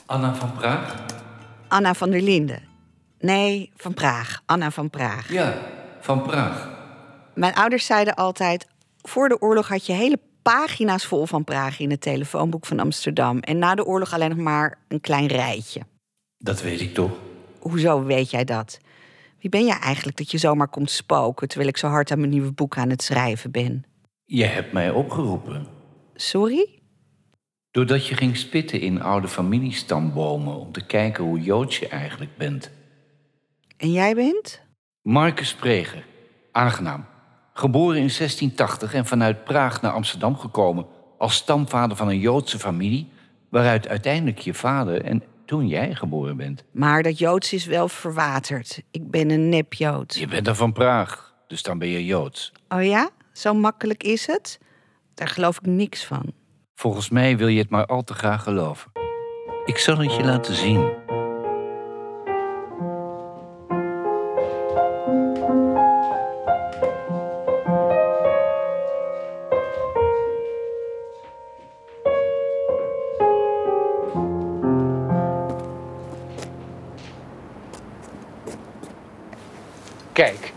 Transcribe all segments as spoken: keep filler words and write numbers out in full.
Anna van Praag? Anna van der Linden. Nee, van Praag. Anna van Praag. Ja, van Praag. Mijn ouders zeiden altijd... voor de oorlog had je hele pagina's vol van Praag... in het telefoonboek van Amsterdam. En na de oorlog alleen nog maar een klein rijtje. Dat weet ik toch. Hoezo weet jij dat? Wie ben jij eigenlijk dat je zomaar komt spoken... terwijl ik zo hard aan mijn nieuwe boek aan het schrijven ben? Je hebt mij opgeroepen. Sorry? Doordat je ging spitten in oude familiestambomen... om te kijken hoe Joods je eigenlijk bent. En jij bent? Marcus Preger. Aangenaam. Geboren in zestien tachtig en vanuit Praag naar Amsterdam gekomen... als stamvader van een Joodse familie... waaruit uiteindelijk je vader en toen jij geboren bent. Maar dat Joods is wel verwaterd. Ik ben een nep-Jood. Je bent er van Praag, dus dan ben je Joods. Oh ja? Zo makkelijk is het? Daar geloof ik niks van. Volgens mij wil je het maar al te graag geloven. Ik zal het je laten zien. Kijk,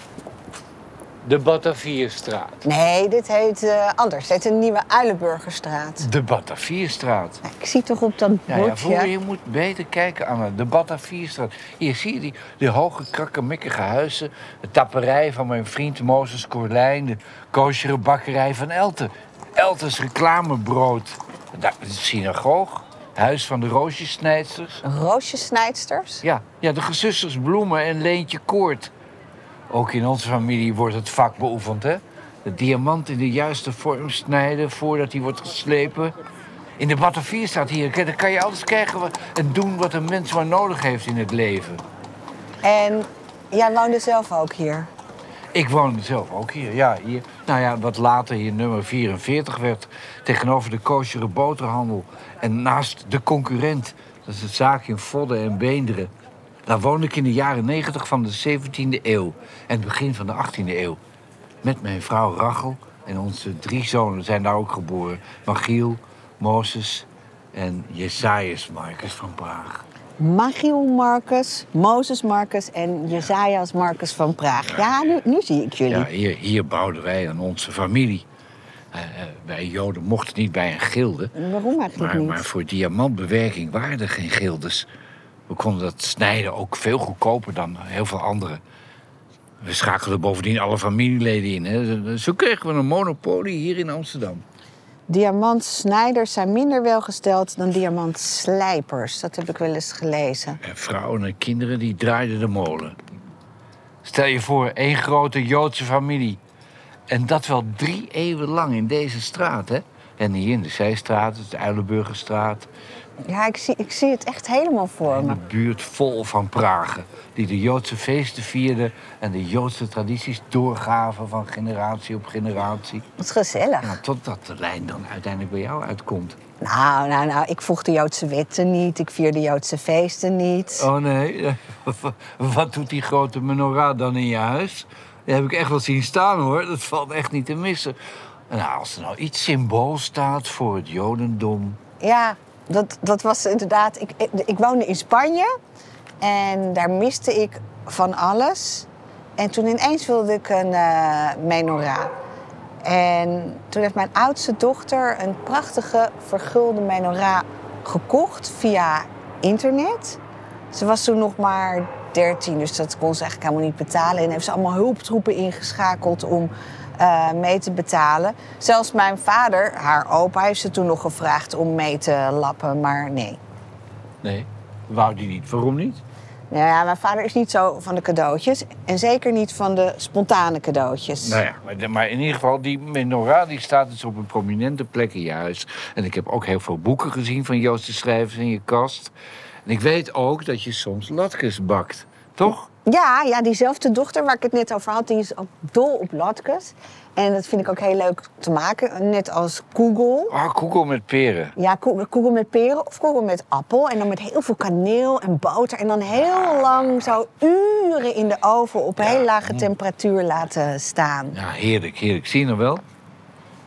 de Batavierstraat. Nee, dit heet uh, anders. Het heet een nieuwe Uilenburgerstraat. De Batavierstraat. Nou, ik zie toch op dat Ja, ja, bordje... voor je moet beter kijken, Anna. De Batavierstraat. Hier zie je die, die hoge, krakkemikkige huizen. De tapperij van mijn vriend Mozes Corlijn. De koosjere bakkerij van Elten. Eltens reclamebrood. De synagoog. Huis van de roosjesnijdsters. Roosjesnijdsters? Ja, ja, de gezusters Bloemen en Leentje Koort. Ook in onze familie wordt het vak beoefend, hè? De diamant in de juiste vorm snijden voordat hij wordt geslepen. In de Batavierstraat hier, dan kan je alles krijgen en doen wat een mens maar nodig heeft in het leven. En jij woonde zelf ook hier? Ik woonde zelf ook hier, ja. Hier, nou ja, wat later hier nummer vierenveertig werd. Tegenover de koosjere boterhandel. En naast de concurrent, dat is het zaakje in Vodden en Beenderen. Daar woonde ik in de jaren negentig van de zeventiende eeuw. En het begin van de achttiende eeuw. Met mijn vrouw Rachel en onze drie zonen zijn daar ook geboren. Magiel, Mozes en Jesajas Marcus van Praag. Magiel Marcus, Mozes Marcus en Jesajas Marcus van Praag. Ja, nu, nu zie ik jullie. Ja, hier, hier bouwden wij aan onze familie. Uh, uh, wij Joden mochten niet bij een gilde. Waarom eigenlijk maar, niet? Maar voor diamantbewerking waren er geen gildes. We konden dat snijden ook veel goedkoper dan heel veel anderen. We schakelden bovendien alle familieleden in. Hè. Zo kregen we een monopolie hier in Amsterdam. Diamantsnijders zijn minder welgesteld dan diamantslijpers. Dat heb ik wel eens gelezen. En vrouwen en kinderen die draaiden de molen. Stel je voor, één grote Joodse familie. En dat wel drie eeuwen lang in deze straat, hè? En hier in de Zijstraat, de Uilenburgerstraat. Ja, ik zie, ik zie het echt helemaal voor me. Een buurt vol van Pragen. Die de Joodse feesten vierden en de Joodse tradities doorgaven van generatie op generatie. Wat gezellig. Ja, totdat de lijn dan uiteindelijk bij jou uitkomt. Nou, nou, nou, ik volg de Joodse wetten niet. Ik vier de Joodse feesten niet. Oh nee, wat doet die grote menorah dan in je huis? Die heb ik echt wel zien staan, hoor. Dat valt echt niet te missen. Nou, als er nou iets symbool staat voor het Jodendom... Ja, dat, dat was inderdaad... Ik, ik, ik woonde in Spanje en daar miste ik van alles. En toen ineens wilde ik een uh, menorah. En toen heeft mijn oudste dochter een prachtige vergulde menorah gekocht via internet. Ze was toen nog maar dertien, dus dat kon ze eigenlijk helemaal niet betalen. En heeft ze allemaal hulptroepen ingeschakeld om uh, mee te betalen. Zelfs mijn vader, haar opa, heeft ze toen nog gevraagd om mee te lappen, maar nee. Nee, wou die niet. Waarom niet? Nou ja, mijn vader is niet zo van de cadeautjes. En zeker niet van de spontane cadeautjes. Nou ja, maar, maar in ieder geval, die menorah die staat dus op een prominente plek in je huis. En ik heb ook heel veel boeken gezien van Joodse schrijvers in je kast. En ik weet ook dat je soms latkes bakt, toch? Ja, ja, diezelfde dochter waar ik het net over had, die is ook dol op latkes. En dat vind ik ook heel leuk te maken, net als koegel. Ah, koegel met peren. Ja, koegel met peren of koegel met appel. En dan met heel veel kaneel en boter. En dan heel lang zo uren in de oven op heel lage temperatuur laten staan. Ja, heerlijk, heerlijk. Zie je nog wel?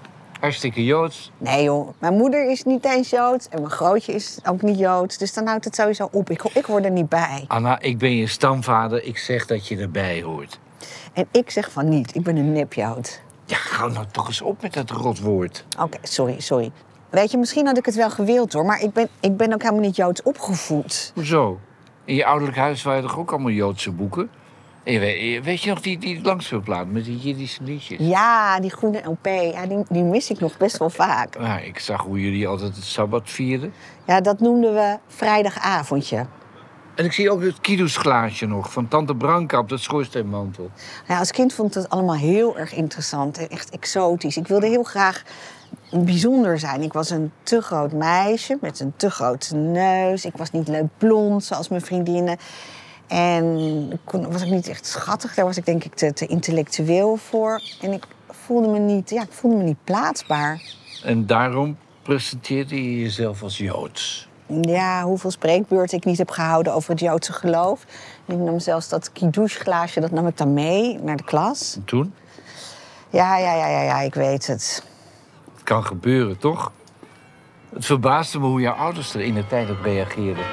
Hartstikke Joods. Nee joh, mijn moeder is niet eens Joods en mijn grootje is ook niet Joods. Dus dan houdt het sowieso op. Ik, ik hoor er niet bij. Anna, ik ben je stamvader. Ik zeg dat je erbij hoort. En ik zeg van niet, ik ben een nep-Jood. Ja, ga nou toch eens op met dat rotwoord. Oké, sorry, sorry. Weet je, misschien had ik het wel gewild hoor, maar ik ben, ik ben ook helemaal niet Joods opgevoed. Hoezo? In je ouderlijk huis waren er toch ook allemaal Joodse boeken? En je weet, weet je nog die, die langspeelplaat met die Jiddische liedjes? Ja, die groene L P, ja, die, die mis ik nog best wel vaak. Ja, ik zag hoe jullie altijd het Sabbat vierden. Ja, dat noemden we vrijdagavondje. En ik zie ook het kiddoesglaasje nog van tante Branka op de schoorsteenmantel. Ja, als kind vond ik het allemaal heel erg interessant en echt exotisch. Ik wilde heel graag bijzonder zijn. Ik was een te groot meisje met een te grote neus. Ik was niet leuk blond zoals mijn vriendinnen. En ik kon, was ook niet echt schattig. Daar was ik denk ik te, te intellectueel voor. En ik voelde me niet, ja, ik voelde me niet plaatsbaar. En daarom presenteerde je jezelf als Joods. Ja, hoeveel spreekbeurten ik niet heb gehouden over het Joodse geloof. Ik nam zelfs dat kiddushglaasje, dat nam ik dan mee naar de klas. En toen? Ja, ja, ja, ja, ja, ik weet het. Het kan gebeuren, toch? Het verbaasde me hoe jouw ouders er in de tijd op reageerden.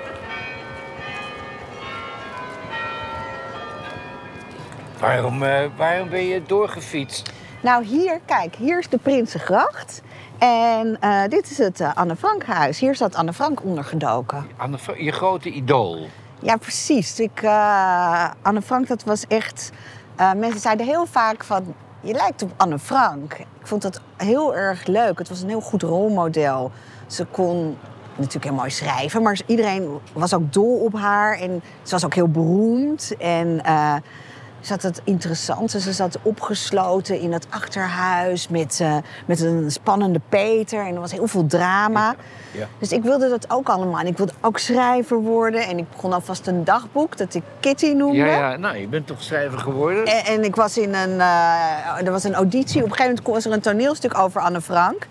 Waarom, uh, waarom ben je doorgefietst? Nou, hier, kijk, hier is de Prinsengracht. En uh, dit is het uh, Anne Frankhuis. Hier zat Anne Frank ondergedoken. Anne, je grote idool. Ja, precies. Ik, uh, Anne Frank, dat was echt... Uh, mensen zeiden heel vaak van... Je lijkt op Anne Frank. Ik vond dat heel erg leuk. Het was een heel goed rolmodel. Ze kon natuurlijk heel mooi schrijven, maar iedereen was ook dol op haar. En ze was ook heel beroemd. En uh, ze had het interessant. Ze zat opgesloten in het achterhuis met, uh, met een spannende Peter. En er was heel veel drama. Ja, ja. Dus ik wilde dat ook allemaal. En ik wilde ook schrijver worden. En ik begon alvast een dagboek dat ik Kitty noemde. Ja, ja, nou, je bent toch schrijver geworden? En, en ik was in een... Uh, er was een auditie. Op een gegeven moment was er een toneelstuk over Anne Frank.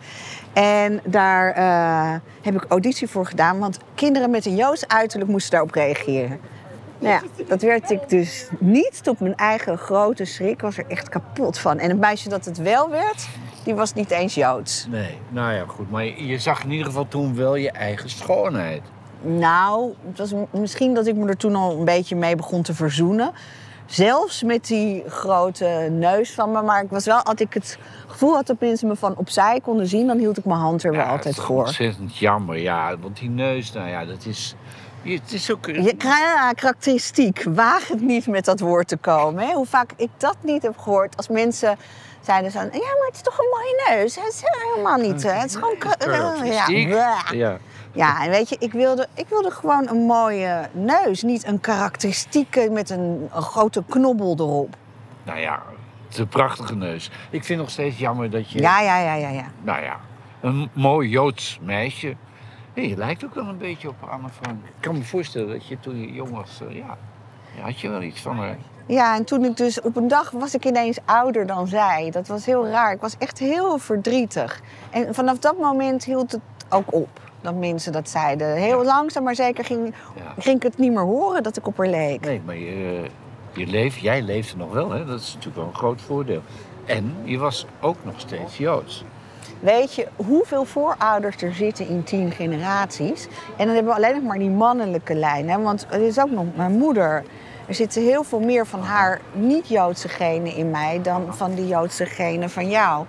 En daar uh, heb ik auditie voor gedaan. Want kinderen met een Joods uiterlijk moesten daarop reageren. Nou ja, dat werd ik dus niet. Tot mijn eigen grote schrik. Ik was er echt kapot van. En het meisje dat het wel werd, die was niet eens Joods. Nee, nou ja, goed. Maar je zag in ieder geval toen wel je eigen schoonheid. Nou, het was misschien dat ik me er toen al een beetje mee begon te verzoenen. Zelfs met die grote neus van me. Maar ik was wel, als ik het gevoel had dat mensen me van opzij konden zien, dan hield ik mijn hand er wel Ja, altijd het is voor. Ontzettend jammer, ja. Want die neus, nou ja, dat is... Het is ook... Je, ja, karakteristiek. Waag het niet met dat woord te komen. Hè? Hoe vaak ik dat niet heb gehoord als mensen zeiden zo... Ja, maar het is toch een mooie neus. Het is helemaal niet... Het is gewoon... Karakteristiek. Ja, Ja. ja, en weet je, ik wilde, ik wilde gewoon een mooie neus. Niet een karakteristieke met een, een grote knobbel erop. Nou ja, het is een prachtige neus. Ik vind nog steeds jammer dat je... Ja, ja, ja, ja, ja. Nou ja, een mooi Joods meisje. Hey, je lijkt ook wel een beetje op Anne Frank. Ik kan me voorstellen dat je toen je jong was... Uh, ja, ja, had je wel iets van haar. Ja, en toen ik dus op een dag was ik ineens ouder dan zij. Dat was heel raar. Ik was echt heel verdrietig. En vanaf dat moment hield het ook op. Dat mensen dat zeiden. Heel Ja. langzaam, maar zeker ging, Ja. ging ik het niet meer horen dat ik op haar leek. Nee, maar je, je leeft, jij leefde nog wel, hè? Dat is natuurlijk wel een groot voordeel. En je was ook nog steeds Joods. Weet je hoeveel voorouders er zitten in tien generaties? En dan hebben we alleen nog maar die mannelijke lijn. Hè? Want er is ook nog mijn moeder. Er zitten heel veel meer van haar niet-Joodse genen in mij dan van die Joodse genen van jou.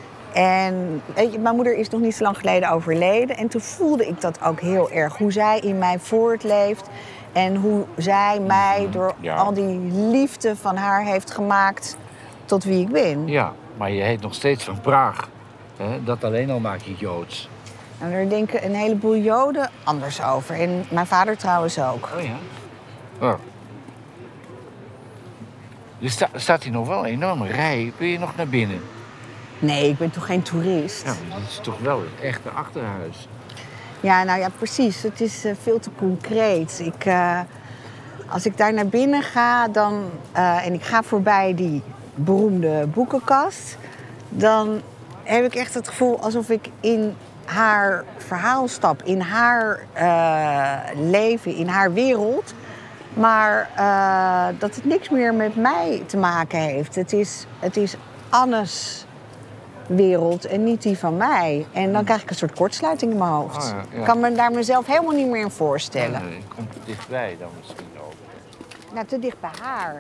En weet je, mijn moeder is nog niet zo lang geleden overleden. En toen voelde ik dat ook heel erg. Hoe zij in mij voortleeft. En hoe zij mij door Ja. al die liefde van haar heeft gemaakt tot wie ik ben. Ja, maar je heet nog steeds van Praag. Hè? Dat alleen al maak je Joods. En daar denken een heleboel Joden anders over. En mijn vader trouwens ook. Oh ja? Oh. Er sta, staat hier nog wel een enorme rij. Wil je nog naar binnen? Nee, ik ben toch geen toerist? Ja, maar dit is toch wel het echte achterhuis. Ja, nou ja, precies. Het is uh, veel te concreet. Ik, uh, als ik daar naar binnen ga dan, uh, en ik ga voorbij die beroemde boekenkast... dan heb ik echt het gevoel alsof ik in haar verhaal stap. In haar uh, leven, in haar wereld. Maar uh, dat het niks meer met mij te maken heeft. Het is, het is Anne's wereld en niet die van mij. En dan krijg ik een soort kortsluiting in mijn hoofd. Oh ja, ja. Ik kan me daar mezelf helemaal niet meer in voorstellen. Nee, je komt te dichtbij dan misschien ook. Nou, te dicht bij haar.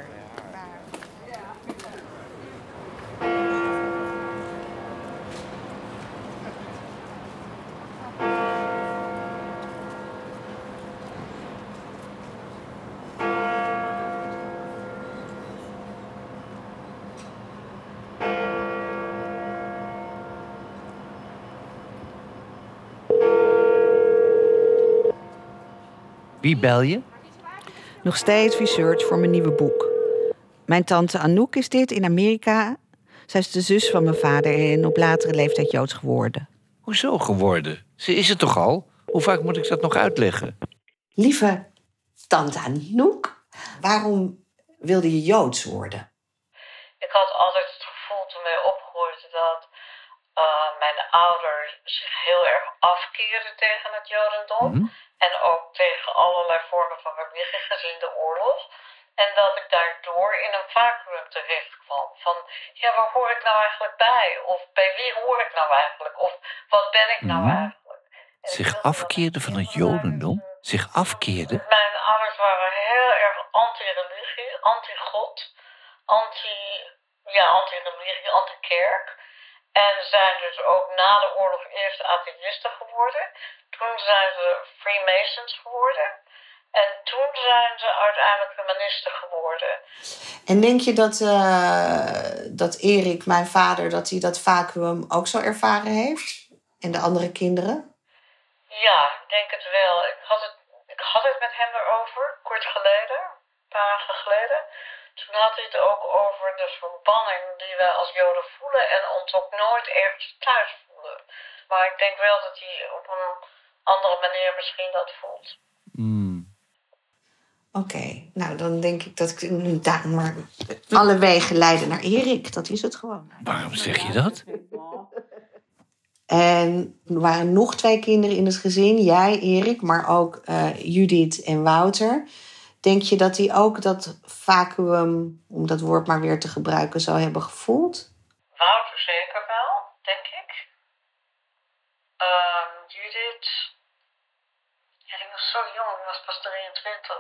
Wie bel je? Nog steeds research voor mijn nieuwe boek. Mijn tante Anouk is dit in Amerika. Zij is de zus van mijn vader en op latere leeftijd Joods geworden. Hoezo geworden? Ze is het toch al? Hoe vaak moet ik dat nog uitleggen? Lieve tante Anouk, waarom wilde je Joods worden? Ik had altijd het gevoel toen wij opgroeiden dat uh, mijn ouders zich heel erg afkeerden tegen het Jodendom. Mm-hmm. En ook tegen allerlei vormen van religie gezien de oorlog. En dat ik daardoor in een vacuüm terecht kwam. Van, ja, waar hoor ik nou eigenlijk bij? Of bij wie hoor ik nou eigenlijk? Of wat ben ik nou Mm-hmm. eigenlijk? En Zich ik wilde afkeerde dat van het ik Jodendom? Zich afkeerde? Mijn ouders waren heel erg anti-religie, anti-God, anti, ja, anti-religie, anti-kerk. En zijn dus ook na de oorlog eerst atheïsten geworden. Toen zijn ze Freemasons geworden. En toen zijn ze uiteindelijk humanisten geworden. En denk je dat, uh, dat Erik, mijn vader, dat hij dat vacuüm ook zo ervaren heeft? En de andere kinderen? Ja, ik denk het wel. Ik had het, ik had het met hem erover, kort geleden, een paar dagen geleden. Toen had hij het ook over de verbanning die wij als Joden voelen en ons ook nooit ergens thuis voelen. Maar ik denk wel dat hij op een andere manier misschien dat voelt. Mm. Oké, okay, nou dan denk ik dat ik nu daar maar alle wegen leiden naar Erik. Dat is het gewoon. Waarom zeg je dat? En er waren nog twee kinderen in het gezin. Jij, Erik, maar ook uh, Judith en Wouter. Denk je dat die ook dat vacuüm, om dat woord maar weer te gebruiken, zou hebben gevoeld? Wouter zeker wel, denk ik. Um, Judith... Ja, die was zo jong, die was pas drieëntwintig.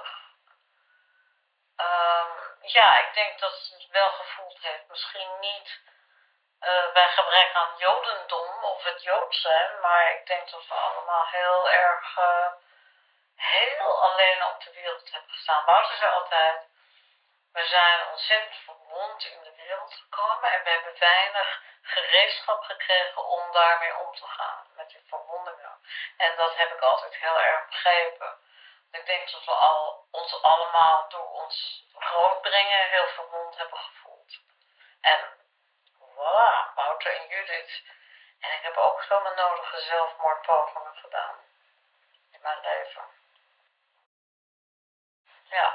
Um, ja, ik denk dat ze het wel gevoeld heeft. Misschien niet uh, bij gebrek aan Jodendom of het Joods zijn, maar ik denk dat we allemaal heel erg... Uh, heel alleen op de wereld hebben gestaan. Wouter zei altijd, we zijn ontzettend verwond in de wereld gekomen en we hebben weinig gereedschap gekregen om daarmee om te gaan, met die verwondingen. En dat heb ik altijd heel erg begrepen. Ik denk dat we al, ons allemaal door ons grootbrengen heel verwond hebben gevoeld. En voilà, Wouter en Judith. En ik heb ook zo mijn nodige zelfmoordpogingen gedaan in mijn leven. Ja.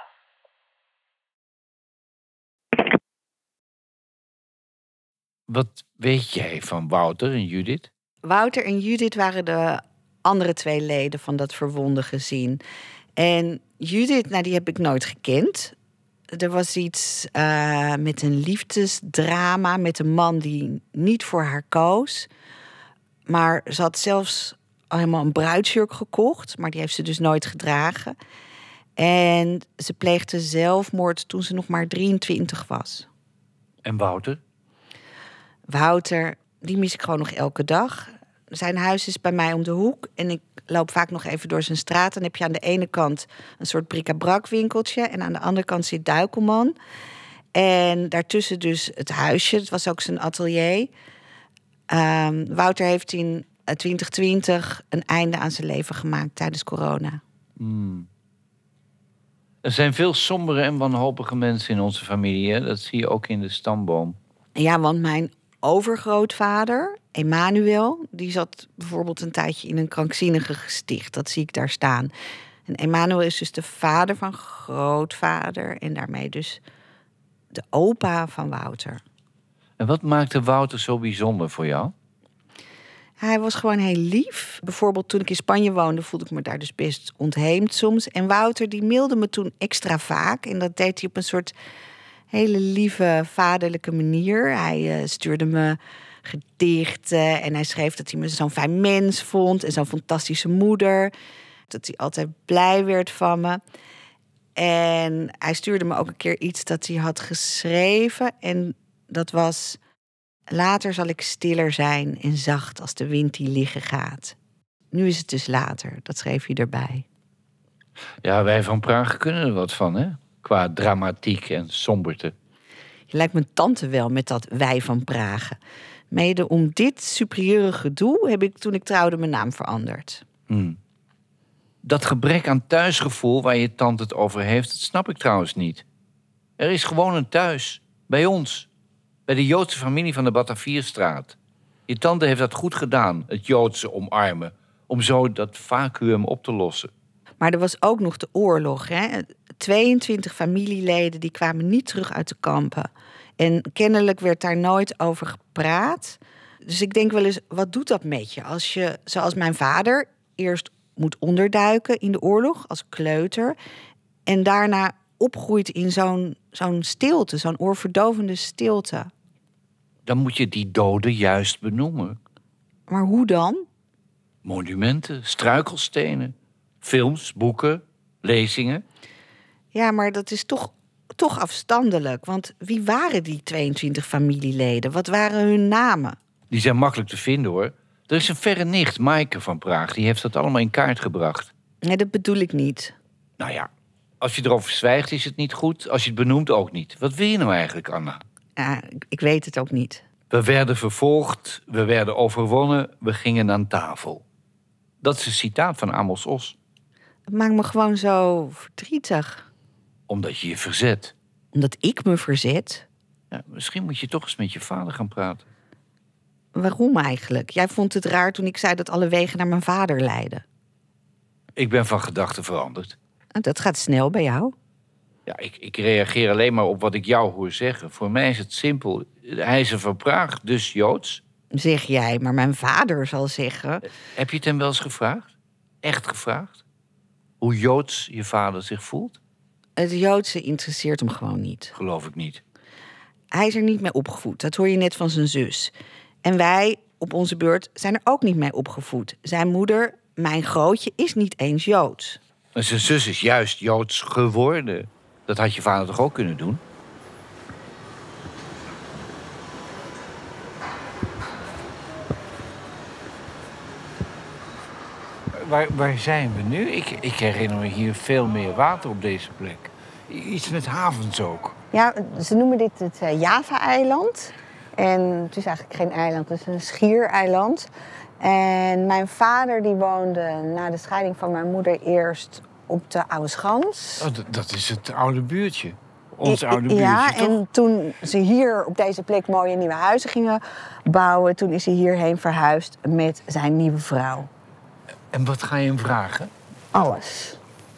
Wat weet jij van Wouter en Judith? Wouter en Judith waren de andere twee leden van dat verwonde gezin. En Judith, nou, die heb ik nooit gekend. Er was iets uh, met een liefdesdrama met een man die niet voor haar koos. Maar ze had zelfs al helemaal een bruidsjurk gekocht, maar die heeft ze dus nooit gedragen. En ze pleegde zelfmoord toen ze nog maar drieëntwintig was. En Wouter? Wouter, die mis ik gewoon nog elke dag. Zijn huis is bij mij om de hoek. En ik loop vaak nog even door zijn straat. Dan heb je aan de ene kant een soort bric-à-brac winkeltje. En aan de andere kant zit Duikelman. En daartussen dus het huisje. Het was ook zijn atelier. Um, Wouter heeft in twintig twintig een einde aan zijn leven gemaakt tijdens corona. Hmm. Er zijn veel sombere en wanhopige mensen in onze familie. Hè? Dat zie je ook in de stamboom. Ja, want mijn overgrootvader, Emanuel, die zat bijvoorbeeld een tijdje in een krankzinnige gesticht. Dat zie ik daar staan. En Emanuel is dus de vader van grootvader en daarmee dus de opa van Wouter. En wat maakte Wouter zo bijzonder voor jou? Hij was gewoon heel lief. Bijvoorbeeld toen ik in Spanje woonde, voelde ik me daar dus best ontheemd soms. En Wouter die mailde me toen extra vaak. En dat deed hij op een soort hele lieve, vaderlijke manier. Hij uh, stuurde me gedichten. En hij schreef dat hij me zo'n fijn mens vond en zo'n fantastische moeder. Dat hij altijd blij werd van me. En hij stuurde me ook een keer iets dat hij had geschreven. En dat was: later zal ik stiller zijn en zacht als de wind die liggen gaat. Nu is het dus later, dat schreef hij erbij. Ja, wij van Praag kunnen er wat van, hè? Qua dramatiek en somberte. Je lijkt mijn tante wel met dat wij van Pragen. Mede om dit superieure gedoe heb ik toen ik trouwde mijn naam veranderd. Hmm. Dat gebrek aan thuisgevoel waar je tante het over heeft, dat snap ik trouwens niet. Er is gewoon een thuis, bij ons. Bij de Joodse familie van de Batavierstraat. Je tante heeft dat goed gedaan, het Joodse omarmen. Om zo dat vacuüm op te lossen. Maar er was ook nog de oorlog. Hè? tweeëntwintig familieleden die kwamen niet terug uit de kampen. En kennelijk werd daar nooit over gepraat. Dus ik denk wel eens, wat doet dat met je? Als je, zoals mijn vader, eerst moet onderduiken in de oorlog als kleuter. En daarna opgroeit in zo'n, zo'n stilte, zo'n oorverdovende stilte. Dan moet je die doden juist benoemen. Maar hoe dan? Monumenten, struikelstenen, films, boeken, lezingen. Ja, maar dat is toch, toch afstandelijk. Want wie waren die tweeëntwintig familieleden? Wat waren hun namen? Die zijn makkelijk te vinden, hoor. Er is een verre nicht, Maaike van Praag. Die heeft dat allemaal in kaart gebracht. Nee, dat bedoel ik niet. Nou ja, als je erover zwijgt is het niet goed. Als je het benoemt ook niet. Wat wil je nou eigenlijk, Anna? Ja, ik weet het ook niet. We werden vervolgd, we werden overwonnen, we gingen aan tafel. Dat is een citaat van Amos Oz. Het maakt me gewoon zo verdrietig. Omdat je je verzet. Omdat ik me verzet? Ja, misschien moet je toch eens met je vader gaan praten. Waarom eigenlijk? Jij vond het raar toen ik zei dat alle wegen naar mijn vader leiden. Ik ben van gedachten veranderd. Dat gaat snel bij jou. Ja, ik, ik reageer alleen maar op wat ik jou hoor zeggen. Voor mij is het simpel. Hij is er van Praag, dus Joods. Zeg jij, maar mijn vader zal zeggen... Heb je het hem wel eens gevraagd? Echt gevraagd? Hoe Joods je vader zich voelt? Het Joodse interesseert hem gewoon niet. Geloof ik niet. Hij is er niet mee opgevoed. Dat hoor je net van zijn zus. En wij, op onze beurt, zijn er ook niet mee opgevoed. Zijn moeder, mijn grootje, is niet eens Joods. En zijn zus is juist Joods geworden. Dat had je vader toch ook kunnen doen? Waar, waar zijn we nu? Ik, ik herinner me hier veel meer water op deze plek. Iets met havens ook. Ja, ze noemen dit het uh, Java-eiland. En het is eigenlijk geen eiland, het is een schiereiland. En mijn vader die woonde na de scheiding van mijn moeder eerst op de Oude Schans. Oh, dat, dat is het oude buurtje. Ons oude buurtje, ja, toch? en toen ze hier op deze plek mooie nieuwe huizen gingen bouwen... toen is hij hierheen verhuisd met zijn nieuwe vrouw. En wat ga je hem vragen? Alles.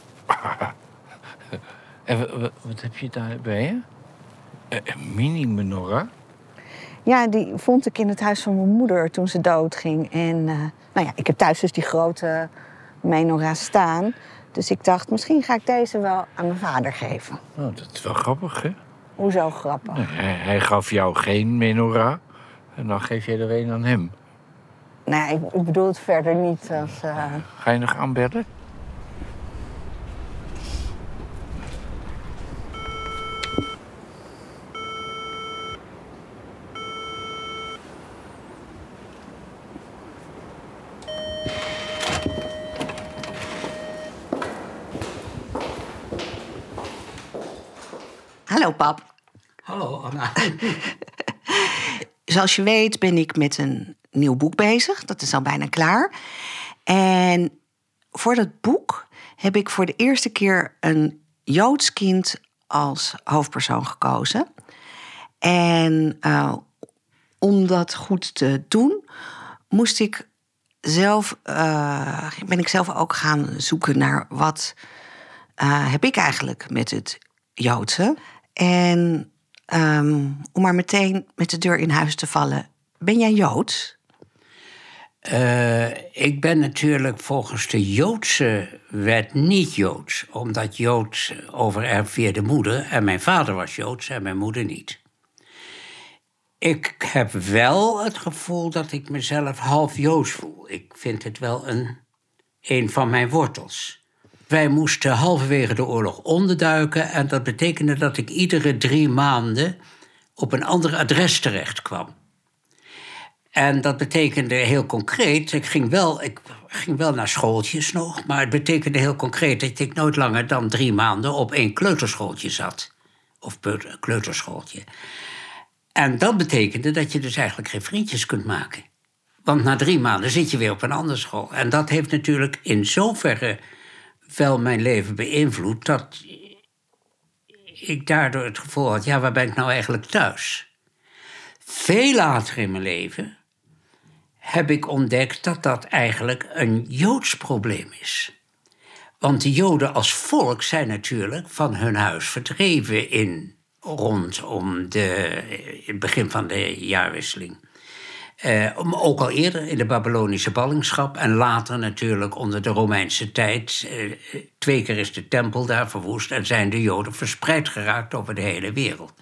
En wat, wat, wat heb je daar bij je? Een mini-menorah? Ja, die vond ik in het huis van mijn moeder toen ze doodging. En uh, nou ja, ik heb thuis dus die grote menorah staan. Dus ik dacht, misschien ga ik deze wel aan mijn vader geven. Oh, dat is wel grappig, hè? Hoezo grappig? Nee, hij, hij gaf jou geen menorah. En dan geef jij er een aan hem. Nee, ik, ik bedoel het verder niet als... Uh... Ga je nog aanbellen? Hallo, pap. Hallo, Anna. Zoals je weet ben ik met een nieuw boek bezig. Dat is al bijna klaar. En voor dat boek heb ik voor de eerste keer een Joods kind als hoofdpersoon gekozen. En uh, om dat goed te doen, moest ik zelf, uh, ben ik zelf ook gaan zoeken naar wat uh, heb ik eigenlijk met het Joodse. En um, om maar meteen met de deur in huis te vallen, ben jij Joods? Uh, ik ben natuurlijk volgens de Joodse wet niet Joods. Omdat Joods overerft via de moeder. En mijn vader was Joods en mijn moeder niet. Ik heb wel het gevoel dat ik mezelf half Joods voel. Ik vind het wel een, een van mijn wortels. Wij moesten halverwege de oorlog onderduiken en dat betekende dat ik iedere drie maanden op een ander adres terecht kwam. En dat betekende heel concreet, ik ging wel, ik ging wel naar schooltjes nog, maar het betekende heel concreet dat ik nooit langer dan drie maanden op één kleuterschooltje zat. Of kleuterschooltje. En dat betekende dat je dus eigenlijk geen vriendjes kunt maken. Want na drie maanden zit je weer op een andere school. En dat heeft natuurlijk in zoverre wel mijn leven beïnvloed dat ik daardoor het gevoel had, ja, waar ben ik nou eigenlijk thuis? Veel later in mijn leven heb ik ontdekt dat dat eigenlijk een Joods probleem is. Want de Joden als volk zijn natuurlijk van hun huis verdreven in rondom de, het begin van de jaarwisseling. Uh, ook al eerder in de Babylonische ballingschap en later natuurlijk onder de Romeinse tijd. Uh, twee keer is de tempel daar verwoest en zijn de Joden verspreid geraakt over de hele wereld.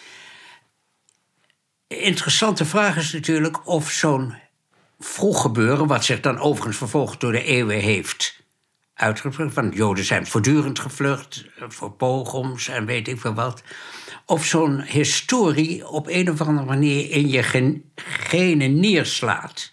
Interessante vraag is natuurlijk of zo'n vroeg gebeuren, wat zich dan overigens vervolgens door de eeuwen heeft uitgevlucht, want Joden zijn voortdurend gevlucht voor pogroms en weet ik veel wat, of zo'n historie op een of andere manier in je gen- genen neerslaat.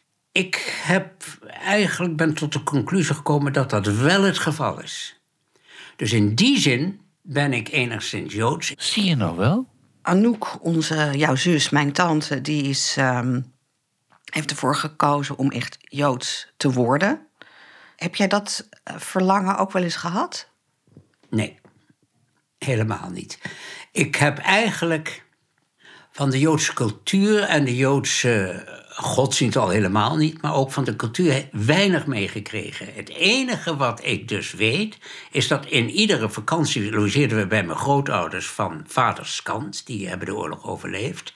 Ik heb eigenlijk ben tot de conclusie gekomen dat dat wel het geval is. Dus in die zin ben ik enigszins Joods. Zie je nou wel? Anouk, onze, jouw zus, mijn tante, die is, um, heeft ervoor gekozen om echt Joods te worden. Heb jij dat verlangen ook wel eens gehad? Nee, helemaal niet. Ik heb eigenlijk van de Joodse cultuur en de Joodse godsdienst al helemaal niet, maar ook van de cultuur weinig meegekregen. Het enige wat ik dus weet, is dat in iedere vakantie logeerden we bij mijn grootouders van vaders kant. Die hebben de oorlog overleefd.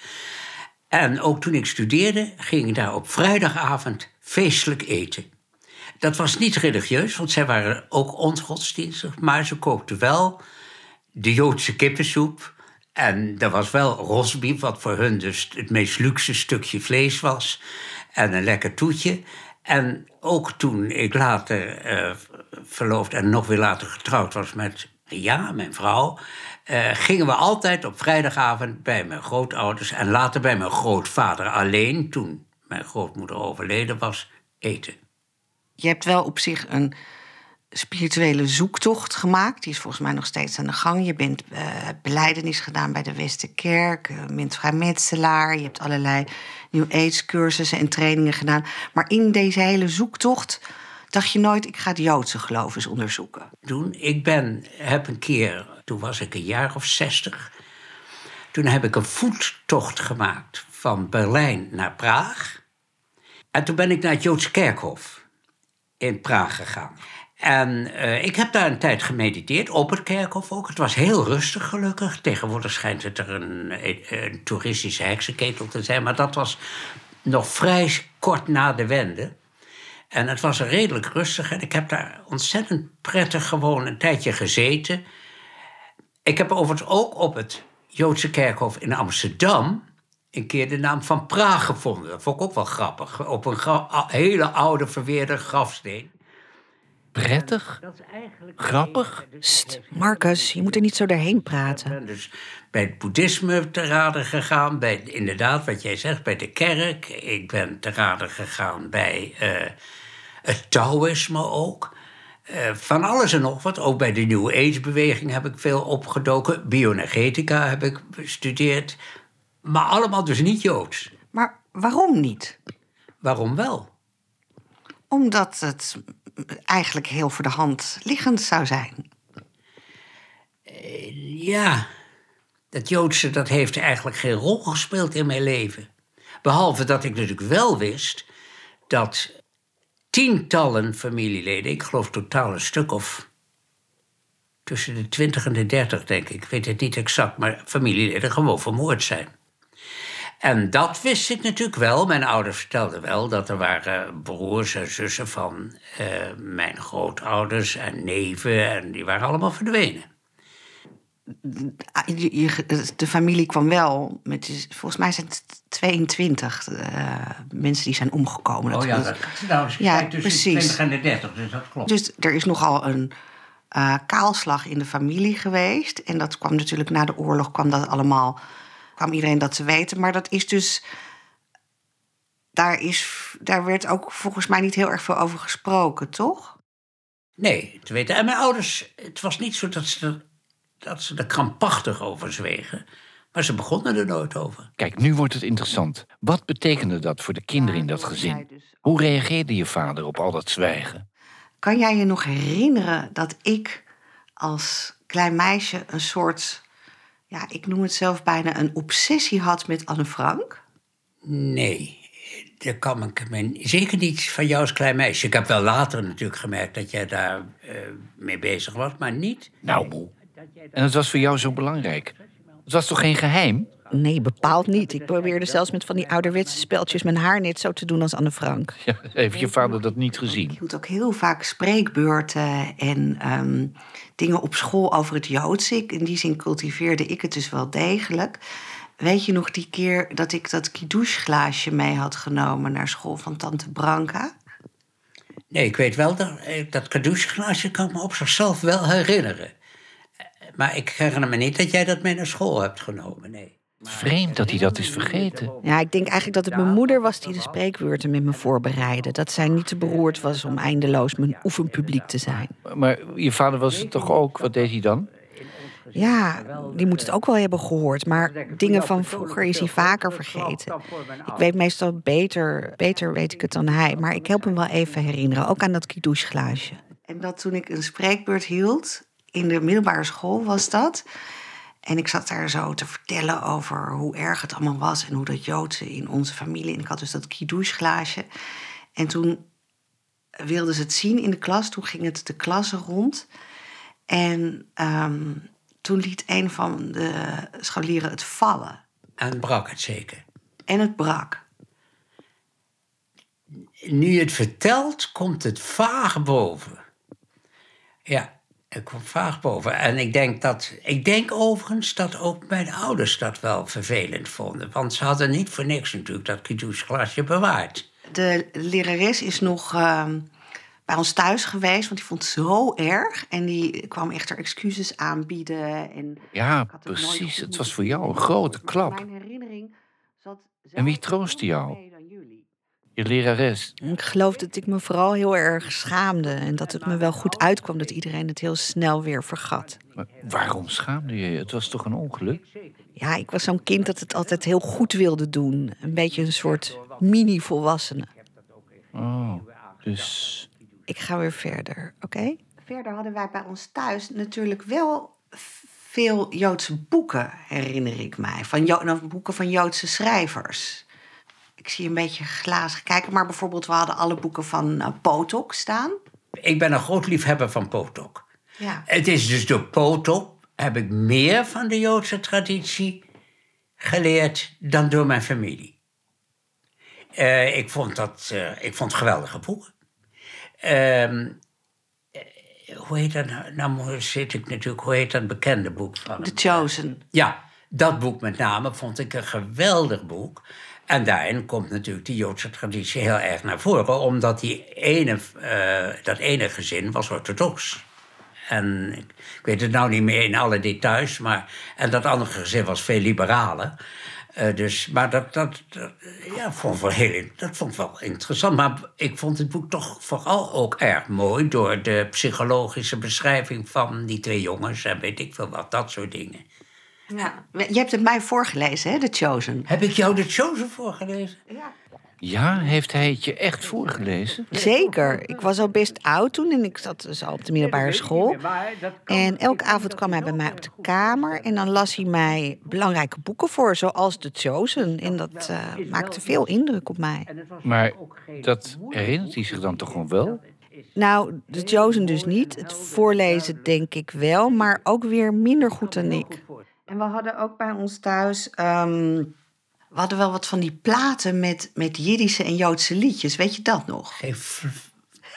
En ook toen ik studeerde, ging ik daar op vrijdagavond feestelijk eten. Dat was niet religieus, want zij waren ook ongodsdienstig, maar ze kookten wel de Joodse kippensoep. En er was wel rosbief, wat voor hun dus het meest luxe stukje vlees was. En een lekker toetje. En ook toen ik later uh, verloofd en nog weer later getrouwd was met ja, mijn vrouw, Uh, gingen we altijd op vrijdagavond bij mijn grootouders en later bij mijn grootvader alleen, toen mijn grootmoeder overleden was, eten. Je hebt wel op zich een spirituele zoektocht gemaakt. Die is volgens mij nog steeds aan de gang. Je bent uh, belijdenis gedaan bij de Westerkerk, uh, bent vrijmetselaar. Je hebt allerlei New Age cursussen en trainingen gedaan. Maar in deze hele zoektocht dacht je nooit, ik ga het Joodse geloof eens onderzoeken. Toen, ik ben, heb een keer, toen was ik een jaar of zestig. Toen heb ik een voettocht gemaakt van Berlijn naar Praag. En toen ben ik naar het Joodse kerkhof in Praag gegaan. En uh, ik heb daar een tijd gemediteerd, op het kerkhof ook. Het was heel rustig gelukkig. Tegenwoordig schijnt het er een, een, een toeristische heksenketel te zijn. Maar dat was nog vrij kort na de wende. En het was redelijk rustig en ik heb daar ontzettend prettig gewoon een tijdje gezeten. Ik heb overigens ook op het Joodse kerkhof in Amsterdam een keer de naam van Praag gevonden. Dat vond ik ook wel grappig. Op een gra- hele oude verweerde grafsteen. Prettig? Grappig? Sst, Marcus, je moet er niet zo doorheen praten. Ik ben dus bij het boeddhisme te raden gegaan. Bij, inderdaad, wat jij zegt, bij de kerk. Ik ben te raden gegaan bij uh, het Taoïsme ook. Uh, van alles en nog wat. Ook bij de New Age-beweging heb ik veel opgedoken. Bioenergetica heb ik bestudeerd. Maar allemaal dus niet Joods. Maar waarom niet? Waarom wel? Omdat het eigenlijk heel voor de hand liggend zou zijn. Uh, ja, dat Joodse dat heeft eigenlijk geen rol gespeeld in mijn leven. Behalve dat ik natuurlijk wel wist dat tientallen familieleden, ik geloof totaal een stuk of tussen de twintig en de dertig, denk ik, ik weet het niet exact, maar familieleden gewoon vermoord zijn. En dat wist ik natuurlijk wel. Mijn ouders vertelden wel dat er waren broers en zussen van uh, mijn grootouders en neven en die waren allemaal verdwenen. je- je- de familie kwam wel met, volgens mij zijn het tweeëntwintig uh, mensen die zijn omgekomen. Oh ja, was- dat nou, is Ja, tussen precies. de twintig en de dertig, dus dat klopt. Dus er is nogal een uh, kaalslag in de familie geweest. En dat kwam natuurlijk na de oorlog, kwam dat allemaal, kwam iedereen dat te weten. Maar dat is dus, daar, is, daar werd ook volgens mij niet heel erg veel over gesproken, toch? Nee, te weten. En mijn ouders, het was niet zo dat ze er, dat ze er krampachtig over zwegen. Maar ze begonnen er nooit over. Kijk, nu wordt het interessant. Wat betekende dat voor de kinderen in dat gezin? Hoe reageerde je vader op al dat zwijgen? Kan jij je nog herinneren dat ik als klein meisje een soort, ja, ik noem het zelf bijna een obsessie had met Anne Frank? Nee, dat kan ik me zeker niet van jou als klein meisje. Ik heb wel later natuurlijk gemerkt dat jij daar uh, mee bezig was, maar niet. Nou, moe. En het was voor jou zo belangrijk. Het was toch geen geheim? Nee, bepaald niet. Ik probeerde zelfs met van die ouderwetse speltjes mijn haar net zo te doen als Anne Frank. Ja, heeft je vader dat niet gezien? Ik hield ook heel vaak spreekbeurten en um, dingen op school over het Joods. Ik, in die zin cultiveerde ik het dus wel degelijk. Weet je nog die keer dat ik dat kidouche-glaasje mee had genomen naar school van tante Branka? Nee, ik weet wel, dat, dat kidouche-glaasje kan ik me op zichzelf wel herinneren. Maar ik herinner me niet dat jij dat mee naar school hebt genomen, nee. Vreemd dat hij dat is vergeten. Ja, ik denk eigenlijk dat het mijn moeder was die de spreekbeurten met me voorbereidde. Dat zij niet te beroerd was om eindeloos mijn oefenpubliek te zijn. Maar je vader was het toch ook? Wat deed hij dan? Ja, die moet het ook wel hebben gehoord. Maar dingen van vroeger is hij vaker vergeten. Ik weet meestal beter, beter weet ik het dan hij. Maar ik help hem wel even herinneren, ook aan dat kidouche-glaasje. En dat toen ik een spreekbeurt hield, in de middelbare school was dat. En ik zat daar zo te vertellen over hoe erg het allemaal was en hoe dat Joodse in onze familie. En ik had dus dat kidouche-glaasje. En toen wilden ze het zien in de klas. Toen ging het de klasse rond. En um, toen liet een van de scholieren het vallen. En brak het zeker. En het brak. Nu je het vertelt, komt het vaag boven. Ja. Ik kwam vaag boven. En ik denk, dat, ik denk overigens dat ook mijn ouders dat wel vervelend vonden. Want ze hadden niet voor niks natuurlijk dat kidouche-glaasje bewaard. De lerares is nog uh, bij ons thuis geweest, want die vond het zo erg. En die kwam echt haar excuses aanbieden. En ja, precies. Het was voor jou een grote klap. Mijn herinnering zat en wie troostte jou? Je lerares. Ik geloof dat ik me vooral heel erg schaamde. En dat het me wel goed uitkwam dat iedereen het heel snel weer vergat. Maar waarom schaamde je je? Het was toch een ongeluk? Ja, ik was zo'n kind dat het altijd heel goed wilde doen. Een beetje een soort mini-volwassene. Oh, dus... Ik ga weer verder, oké? Okay? Verder hadden wij bij ons thuis natuurlijk wel veel Joodse boeken, herinner ik mij. Van jo- nou, boeken van Joodse schrijvers. Ik zie een beetje glazig kijken, maar bijvoorbeeld we hadden alle boeken van uh, Potok staan. Ik ben een groot liefhebber van Potok. Ja. Het is dus door Potok heb ik meer van de Joodse traditie geleerd dan door mijn familie. Uh, ik vond dat, uh, ik vond geweldige boeken. Uh, hoe heet dat nou? Nou zit ik natuurlijk, hoe heet dat bekende boek van The Chosen. Ja, dat boek met name vond ik een geweldig boek. En daarin komt natuurlijk die Joodse traditie heel erg naar voren, omdat die ene, uh, dat ene gezin was orthodox. En ik, ik weet het nou niet meer in alle details, maar en dat andere gezin was veel liberaler. Uh, dus, maar dat, dat, dat, ja, vond ik wel heel, dat vond ik wel interessant. Maar ik vond het boek toch vooral ook erg mooi door de psychologische beschrijving van die twee jongens en weet ik veel wat, dat soort dingen. Ja, je hebt het mij voorgelezen, hè, The Chosen. Heb ik jou The Chosen voorgelezen? Ja. Ja, heeft hij het je echt voorgelezen? Zeker. Ik was al best oud toen en ik zat dus al op de middelbare school. En elke avond kwam hij bij mij op de kamer en dan las hij mij belangrijke boeken voor, zoals The Chosen. En dat uh, maakte veel indruk op mij. Maar dat herinnert hij zich dan toch gewoon wel? Nou, The Chosen dus niet. Het voorlezen denk ik wel, maar ook weer minder goed dan ik. En we hadden ook bij ons thuis... Um, we hadden wel wat van die platen met, met Jiddische en Joodse liedjes. Weet je dat nog? Geen,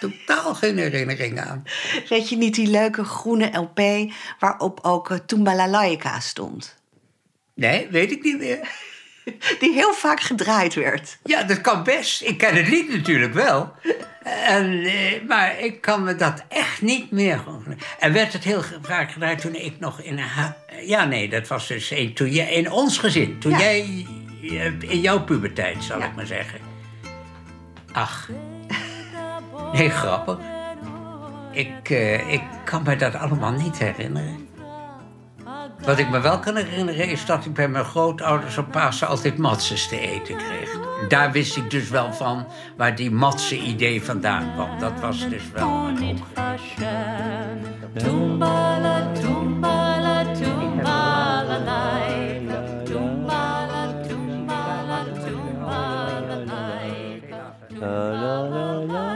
totaal geen herinnering aan. Weet je niet die leuke groene L P waarop ook uh, Tumba Laika stond? Nee, weet ik niet meer. Die heel vaak gedraaid werd. Ja, dat kan best. Ik ken het lied natuurlijk wel. En, eh, maar ik kan me dat echt niet meer... En werd het heel vaak gedraaid toen ik nog in een... Ha- ja, nee, dat was dus een, toen jij, in ons gezin. Toen ja. jij... In jouw puberteit, zal ja. ik maar zeggen. Ach. Nee, grappig. Ik, uh, ik kan me dat allemaal niet herinneren. Wat ik me wel kan herinneren is dat ik bij mijn grootouders op Pasen altijd matzes te eten kreeg. Daar wist ik dus wel van waar die matse-idee vandaan kwam. Dat was dus wel een opgave. Tumbala, tumbala, tumbala, laila. Tumbala, tumbala, tumbala, laila. Tumbala,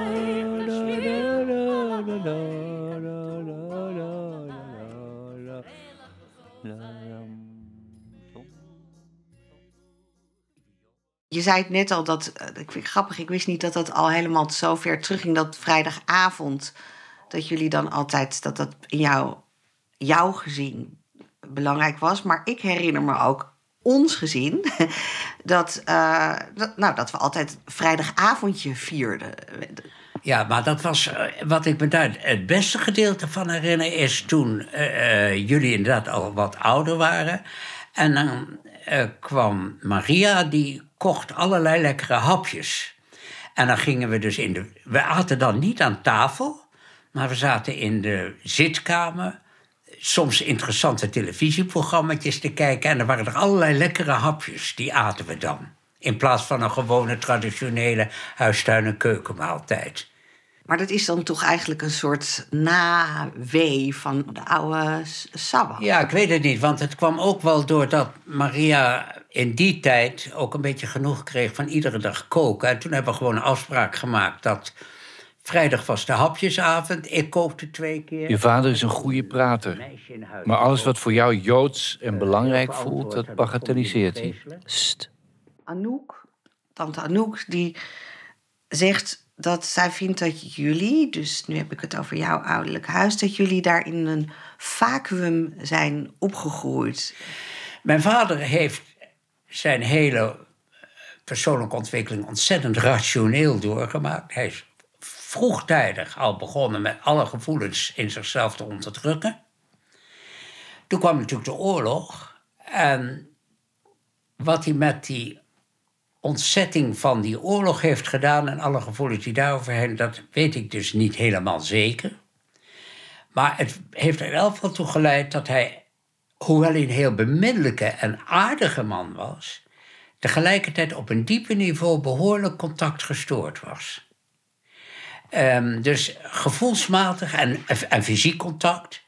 Je zei het net al, dat, ik vind het grappig, ik wist niet dat dat al helemaal zo ver terugging, dat vrijdagavond, dat jullie dan altijd, dat dat in jouw, jouw gezin belangrijk was. Maar ik herinner me ook ons gezin, dat, uh, dat, nou, dat we altijd vrijdagavondje vierden. Ja, maar dat was, uh, wat ik me daar het beste gedeelte van herinner, is toen uh, uh, jullie inderdaad al wat ouder waren. En dan uh, kwam Maria, die kocht allerlei lekkere hapjes. En dan gingen we dus in de... We aten dan niet aan tafel, maar we zaten in de zitkamer soms interessante televisieprogramma's te kijken. En er waren er allerlei lekkere hapjes, die aten we dan. In plaats van een gewone traditionele huistuin- en keukenmaaltijd. Maar dat is dan toch eigenlijk een soort nawee van de oude sabbat? Ja, ik weet het niet, want het kwam ook wel doordat Maria in die tijd ook een beetje genoeg kreeg van iedere dag koken. En toen hebben we gewoon een afspraak gemaakt dat vrijdag was de hapjesavond. Ik kookte twee keer. Je vader is een goede prater. Maar alles wat voor jou joods en belangrijk voelt, dat bagatelliseert hij. Sst. Anouk, tante Anouk, die zegt dat zij vindt dat jullie, dus nu heb ik het over jouw ouderlijk huis, dat jullie daar in een vacuüm zijn opgegroeid. Mijn vader heeft zijn hele persoonlijke ontwikkeling ontzettend rationeel doorgemaakt. Hij is vroegtijdig al begonnen met alle gevoelens in zichzelf te onderdrukken. Toen kwam natuurlijk de oorlog. En wat hij met die ontzetting van die oorlog heeft gedaan en alle gevoelens die daaroverheen, dat weet ik dus niet helemaal zeker. Maar het heeft er in elk geval toe geleid dat hij, hoewel hij een heel bemiddelijke en aardige man was, tegelijkertijd op een diepe niveau behoorlijk contact gestoord was. Um, dus gevoelsmatig en, en fysiek contact.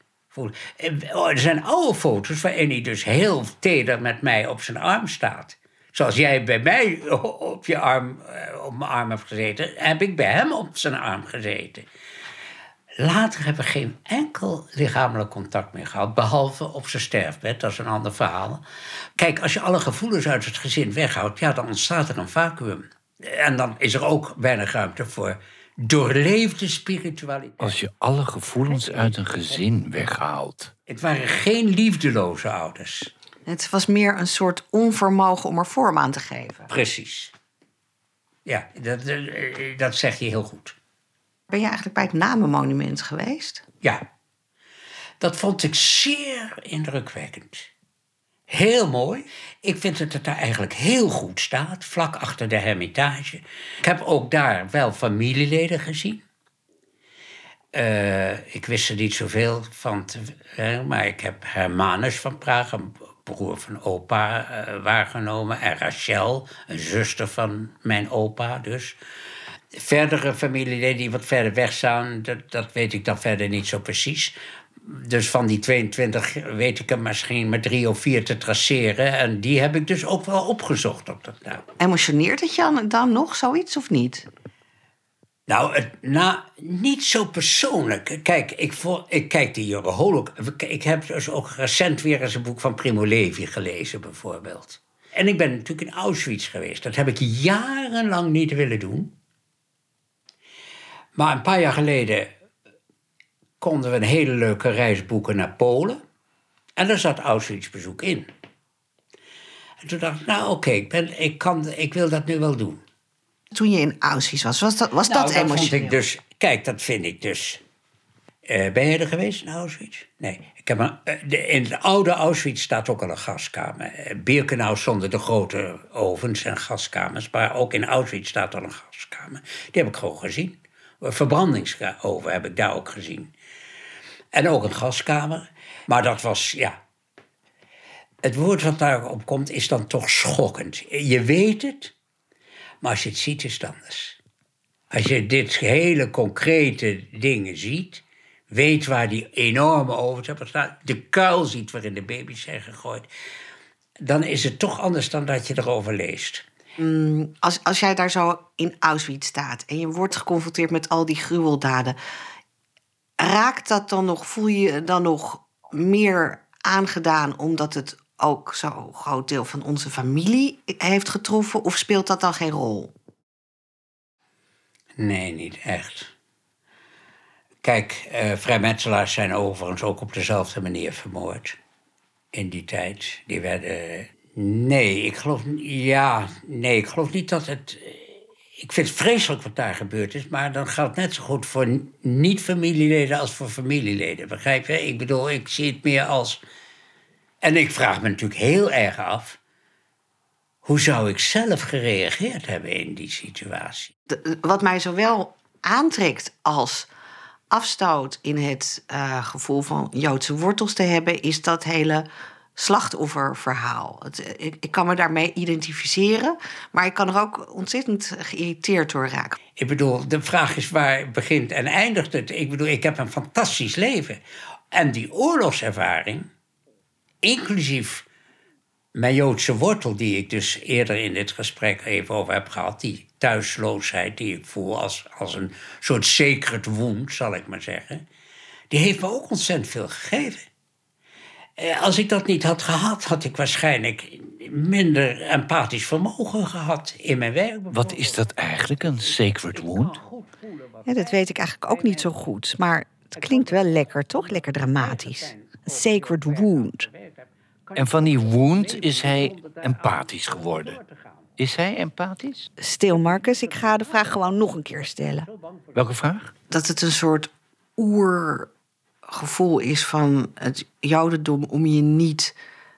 Er zijn oude foto's waarin hij dus heel teder met mij op zijn arm staat. Zoals jij bij mij op je arm, op mijn arm hebt gezeten, heb ik bij hem op zijn arm gezeten. Later hebben we geen enkel lichamelijk contact meer gehad, behalve op zijn sterfbed, dat is een ander verhaal. Kijk, als je alle gevoelens uit het gezin weghoudt, ja, dan ontstaat er een vacuüm. En dan is er ook weinig ruimte voor doorleefde spiritualiteit. Als je alle gevoelens uit een gezin weghaalt. Het waren geen liefdeloze ouders. Het was meer een soort onvermogen om er vorm aan te geven. Precies. Ja, dat, dat zeg je heel goed. Ben je eigenlijk bij het Namenmonument geweest? Ja. Dat vond ik zeer indrukwekkend. Heel mooi. Ik vind dat het daar eigenlijk heel goed staat, vlak achter de Hermitage. Ik heb ook daar wel familieleden gezien. Uh, ik wist er niet zoveel van, te, uh, maar ik heb Hermanus van Praag, een broer van opa, uh, waargenomen. En Rachel, een zuster van mijn opa dus. Verdere familieleden die wat verder weg staan, dat, dat weet ik dan verder niet zo precies. Dus van die tweeëntwintig weet ik er misschien maar drie of vier te traceren. En die heb ik dus ook wel opgezocht op dat nou. Emotioneert het je dan nog zoiets of niet? Nou, het, nou, niet zo persoonlijk. Kijk, ik, voor, ik kijk die Jure Holok. Ik heb dus ook recent weer eens een boek van Primo Levi gelezen, bijvoorbeeld. En ik ben natuurlijk in Auschwitz geweest. Dat heb ik jarenlang niet willen doen. Maar een paar jaar geleden konden we een hele leuke reis boeken naar Polen. En daar zat Auschwitz-bezoek in. En toen dacht ik, nou oké, okay, ik, ben, ik, kan, ik wil dat nu wel doen. Toen je in Auschwitz was, was dat, was nou, dat dat emotioneel? Vond ik dus, kijk, dat vind ik dus... Uh, ben je er geweest in Auschwitz? Nee. Ik heb een, uh, de, in het oude Auschwitz staat ook al een gaskamer. Uh, Birkenau stonden de grote ovens en gaskamers. Maar ook in Auschwitz staat al een gaskamer. Die heb ik gewoon gezien. Een verbrandingsoven heb ik daar ook gezien. En ook een gaskamer. Maar dat was, ja... Het woord wat daarop komt is dan toch schokkend. Je weet het, maar als je het ziet is het anders. Als je dit hele concrete dingen ziet... weet waar die enorme ovens hebben staan... de kuil ziet waarin de baby's zijn gegooid... dan is het toch anders dan dat je erover leest. Mm, als, als jij daar zo in Auschwitz staat... en je wordt geconfronteerd met al die gruweldaden... raakt dat dan nog, voel je je dan nog meer aangedaan... omdat het ook zo'n groot deel van onze familie heeft getroffen... of speelt dat dan geen rol? Nee, niet echt. Kijk, uh, vrijmetselaars zijn overigens ook op dezelfde manier vermoord. In die tijd. Die werden... Nee, ik geloof... Ja, nee, ik geloof niet dat het... Ik vind het vreselijk wat daar gebeurd is... maar dat geldt net zo goed voor niet-familieleden als voor familieleden. Begrijp je? Ik bedoel, ik zie het meer als... En ik vraag me natuurlijk heel erg af... hoe zou ik zelf gereageerd hebben in die situatie? De, wat mij zowel aantrekt als afstoot in het uh, gevoel van Joodse wortels te hebben... is dat hele slachtofferverhaal. Het, ik, ik kan me daarmee identificeren... maar ik kan er ook ontzettend geïrriteerd door raken. Ik bedoel, de vraag is waar begint en eindigt het. Ik bedoel, ik heb een fantastisch leven. En die oorlogservaring... inclusief mijn Joodse wortel, die ik dus eerder in dit gesprek even over heb gehad... die thuisloosheid die ik voel als, als een soort sacred wound, zal ik maar zeggen... die heeft me ook ontzettend veel gegeven. Als ik dat niet had gehad, had ik waarschijnlijk minder empathisch vermogen gehad in mijn werk. Wat is dat eigenlijk, een sacred wound? Ja, dat weet ik eigenlijk ook niet zo goed. Maar het klinkt wel lekker, toch? Lekker dramatisch. Een sacred wound. En van die wound is hij empathisch geworden. Is hij empathisch? Stil, Marcus. Ik ga de vraag gewoon nog een keer stellen. Welke vraag? Dat het een soort oergevoel is van het Jodendom... om je niet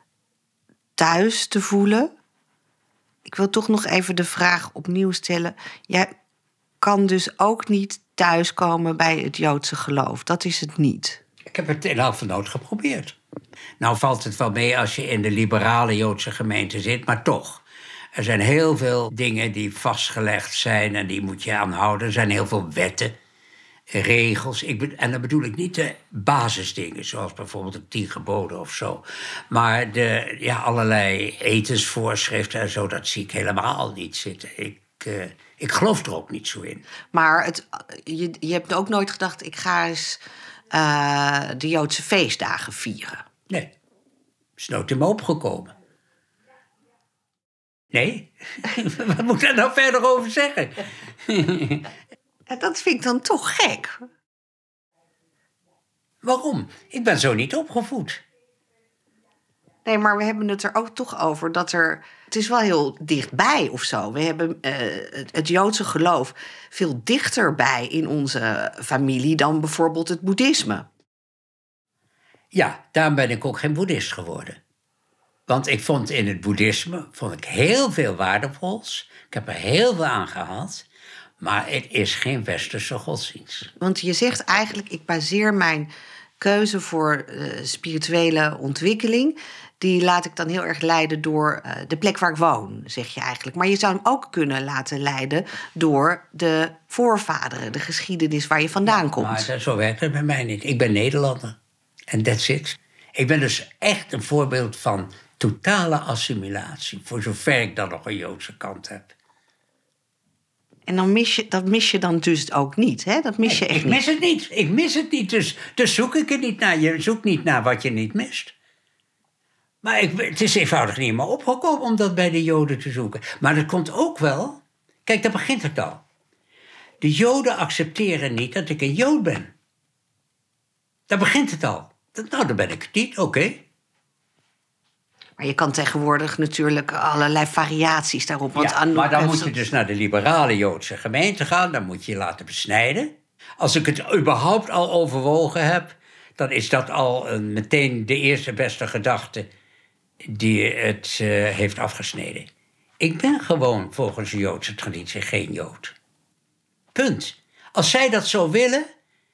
thuis te voelen. Ik wil toch nog even de vraag opnieuw stellen. Jij kan dus ook niet thuiskomen bij het Joodse geloof. Dat is het niet. Ik heb het in halve nood geprobeerd. Nou valt het wel mee als je in de liberale Joodse gemeente zit, maar toch. Er zijn heel veel dingen die vastgelegd zijn en die moet je aanhouden. Er zijn heel veel wetten, regels. Ik be- en dan bedoel ik niet de basisdingen, zoals bijvoorbeeld de tien geboden of zo. Maar de, ja, allerlei etensvoorschriften en zo, dat zie ik helemaal niet zitten. Ik, uh, ik geloof er ook niet zo in. Maar het, je, je hebt ook nooit gedacht, ik ga eens uh, de Joodse feestdagen vieren. Nee, is nooit in me opgekomen. Nee? Wat moet ik daar nou verder over zeggen? Ja, dat vind ik dan toch gek. Waarom? Ik ben zo niet opgevoed. Nee, maar we hebben het er ook toch over dat er... Het is wel heel dichtbij of zo. We hebben uh, het, het Joodse geloof veel dichterbij in onze familie... dan bijvoorbeeld het boeddhisme. Ja, daarom ben ik ook geen boeddhist geworden. Want ik vond in het boeddhisme vond ik heel veel waardevols. Ik heb er heel veel aan gehad. Maar het is geen westerse godsdienst. Want je zegt eigenlijk, ik baseer mijn keuze voor uh, spirituele ontwikkeling... die laat ik dan heel erg leiden door uh, de plek waar ik woon, zeg je eigenlijk. Maar je zou hem ook kunnen laten leiden door de voorvaderen... de geschiedenis waar je vandaan komt. Maar dat, zo werkt het bij mij niet. Ik ben Nederlander. En that's it. Ik ben dus echt een voorbeeld van totale assimilatie... voor zover ik dan nog een Joodse kant heb. En dan mis je, dat mis je dan dus ook niet, hè? Dat mis je echt ik mis het niet. Ik mis het niet, dus, dus zoek ik het niet naar. Je zoekt niet naar wat je niet mist. Maar ik, het is eenvoudig niet meer opgekomen om dat bij de Joden te zoeken. Maar dat komt ook wel... Kijk, daar begint het al. De Joden accepteren niet dat ik een Jood ben. Daar begint het al. Nou, dan ben ik het niet, oké. Okay. Maar je kan tegenwoordig natuurlijk allerlei variaties daarop. Want Ja, Anouk maar dan heeft moet je zo- dus naar de liberale Joodse gemeente gaan. Dan moet je je laten besnijden. Als ik het überhaupt al overwogen heb... dan is dat al een, meteen de eerste beste gedachte... die het uh, heeft afgesneden. Ik ben gewoon volgens de Joodse traditie geen Jood. Punt. Als zij dat zo willen...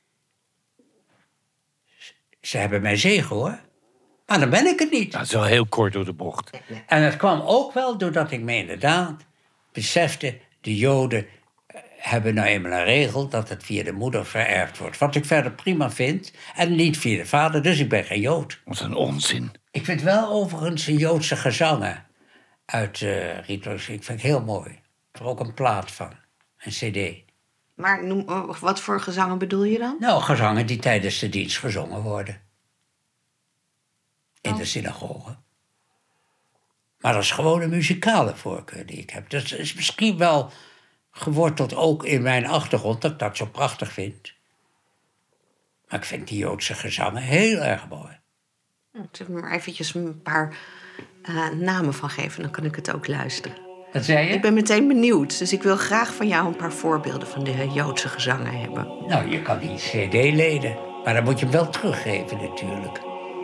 ze hebben mijn zegen, hoor. Maar dan ben ik het niet. Dat is wel heel kort door de bocht. En het kwam ook wel doordat ik me inderdaad besefte... de Joden hebben nou eenmaal een regel dat het via de moeder vererfd wordt. Wat ik verder prima vind. En niet via de vader, dus ik ben geen Jood. Wat een onzin. Ik vind wel overigens een Joodse gezangen uit uh, Rietloos. Ik vind het heel mooi. Er is er ook een plaat van, een cd. Maar noem, uh, wat voor gezangen bedoel je dan? Nou, gezangen die tijdens de dienst gezongen worden. In Oh. de synagoge. Maar dat is gewoon een muzikale voorkeur die ik heb. Dat is misschien wel geworteld ook in mijn achtergrond... dat ik dat zo prachtig vind. Maar ik vind die Joodse gezangen heel erg mooi. Zullen we maar eventjes een paar uh, namen van geven, dan kan ik het ook luisteren. Wat zei je? Ik ben meteen benieuwd, dus ik wil graag van jou een paar voorbeelden van de Joodse gezangen hebben. Nou, je kan die cd lenen, maar dan moet je hem wel teruggeven natuurlijk.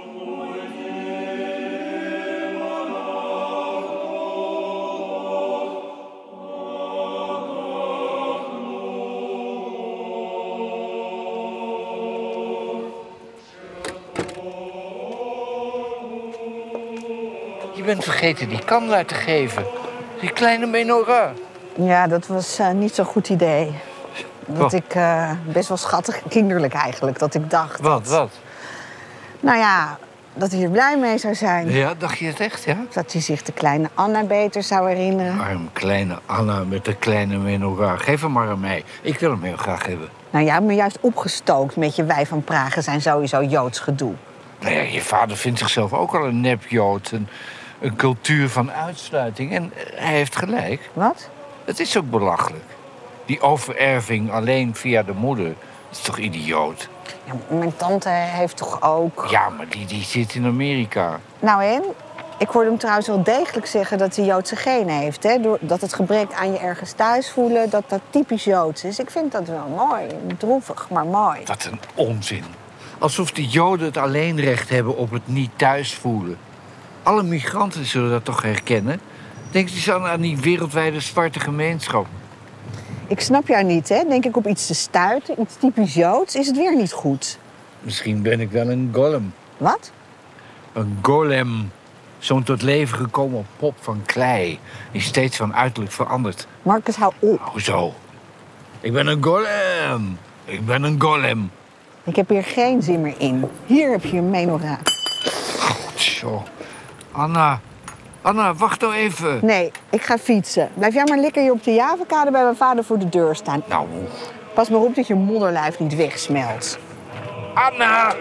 Je bent vergeten die kandel uit te geven. Die kleine menorah. Ja, dat was uh, niet zo'n goed idee. Dat Wat? ik uh, best wel schattig, kinderlijk eigenlijk, dat ik dacht... Wat, dat, wat? Nou ja, dat hij er blij mee zou zijn. Ja, dacht je het echt, ja? Dat hij zich de kleine Anna beter zou herinneren. Arm kleine Anna met de kleine menorah. Geef hem maar aan mij. Ik wil hem heel graag hebben. Nou, jij hebt me juist opgestookt met je wij van Praag zijn sowieso Joods gedoe. Nou ja, je vader vindt zichzelf ook al een nep-Jood. Een, een cultuur van uitsluiting. En hij heeft gelijk. Wat? Het is ook belachelijk. Die overerving alleen via de moeder. Dat is toch idioot? Ja, mijn tante heeft toch ook... Ja, maar die, die zit in Amerika. Nou en? Ik hoorde hem trouwens wel degelijk zeggen dat hij Joodse genen heeft. Hè? Dat het gebrek aan je ergens thuis voelen, dat dat typisch Joods is. Ik vind dat wel mooi. Droevig, maar mooi. Wat een onzin. Alsof de Joden het alleenrecht hebben op het niet thuis voelen. Alle migranten zullen dat toch herkennen? Denk eens aan, aan die wereldwijde zwarte gemeenschap. Ik snap jou niet, hè? Denk ik op iets te stuiten, iets typisch Joods, is het weer niet goed. Misschien ben ik wel een golem. Wat? Een golem. Zo'n tot leven gekomen pop van klei. Die steeds van uiterlijk verandert. Marcus, hou op. Hoezo? Ik ben een golem. Ik ben een golem. Ik heb hier geen zin meer in. Hier heb je een menorah. Zo. Anna. Anna, wacht nou even. Nee, ik ga fietsen. Blijf jij maar lekker hier op de Javenkade bij mijn vader voor de deur staan. Nou, Pas maar op dat je modderlijf niet wegsmelt. Anna!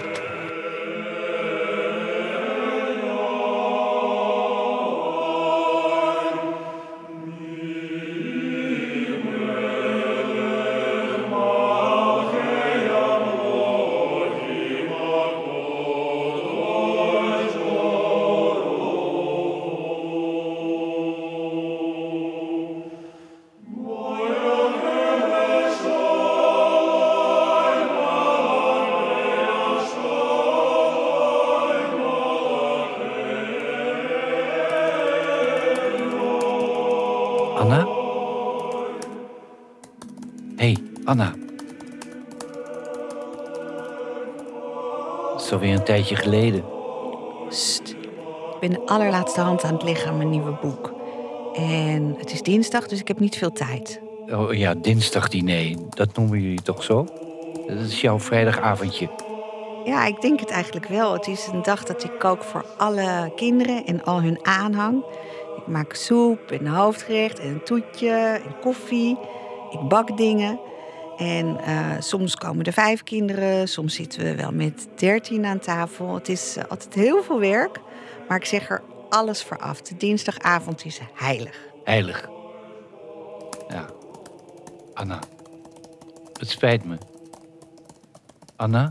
Anna? Hé, hey, Anna. Dat is alweer een tijdje geleden. Sst. Ik ben de allerlaatste hand aan het leggen aan mijn nieuwe boek. En het is dinsdag, dus ik heb niet veel tijd. Oh ja, dinsdagdiner. Dat noemen jullie toch zo? Dat is jouw vrijdagavondje. Ja, ik denk het eigenlijk wel. Het is een dag dat ik kook voor alle kinderen en al hun aanhang. Ik maak soep en een hoofdgerecht en een toetje en koffie. Ik bak dingen. En uh, soms komen er vijf kinderen, soms zitten we wel met dertien aan tafel. Het is uh, altijd heel veel werk, maar ik zeg er alles voor af. De dinsdagavond is heilig. Heilig. Ja. Anna, Het spijt me. Anna?